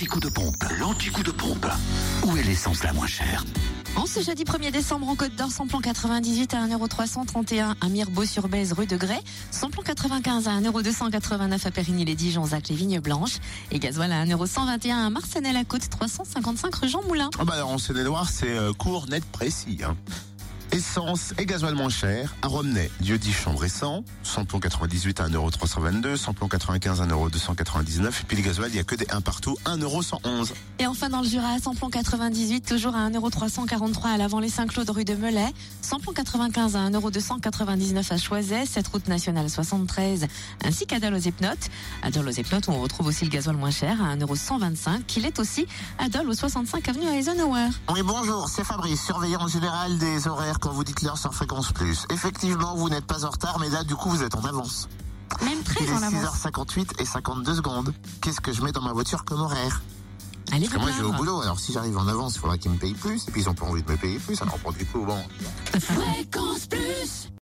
l'anti-coup de pompe. L'anti-coup de pompe. Où est l'essence la moins chère? En ce jeudi 1er décembre, en Côte d'Or, samplon 98 à 1,331 € à Mirebeau-sur-Bèze, rue de Grès. Samplon 95 à 1,289 € à Périgny-les-Dijon, Zac les Vignes Blanches. Et gasoil à 1,121 € à Marcenay-la-Côte, 355 rue Jean Moulin. Alors en Saône-et-Loire, c'est court, net, précis. Essence et gasoil moins cher. À Romney, Dieu-dit Chambressan. Samplon 98 à 1,322 €. Samplon 95 à 1,299 €. Et puis le gasoil, il n'y a que des 1 partout. 1,111 €. Et enfin dans le Jura, samplon 98, toujours à 1,343 € à l'Avant-les-Saint-Claude, rue de Melay. Samplon 95 à 1,299 € à Choiset, cette route nationale 73, ainsi qu'à Dole aux Epnotes. À Dole aux Epnotes, on retrouve aussi le gasoil moins cher à 1,125 €, qu'il est aussi à Dole au 65 avenue Eisenhower. Oui, bonjour, c'est Fabrice, surveillant général des horaires quand vous dites l'heure sur Fréquence Plus. Effectivement, vous n'êtes pas en retard, mais là, du coup, vous êtes en avance. Même Il très est en avance. 6h58 et 52 secondes. Qu'est-ce que je mets dans ma voiture comme horaire? Allez, Parce que moi, je vais au démarre. boulot, alors si j'arrive en avance, il faudra qu'ils me payent plus, et puis ils ont pas envie de me payer plus, alors pour du coup, bon. Fréquence Plus.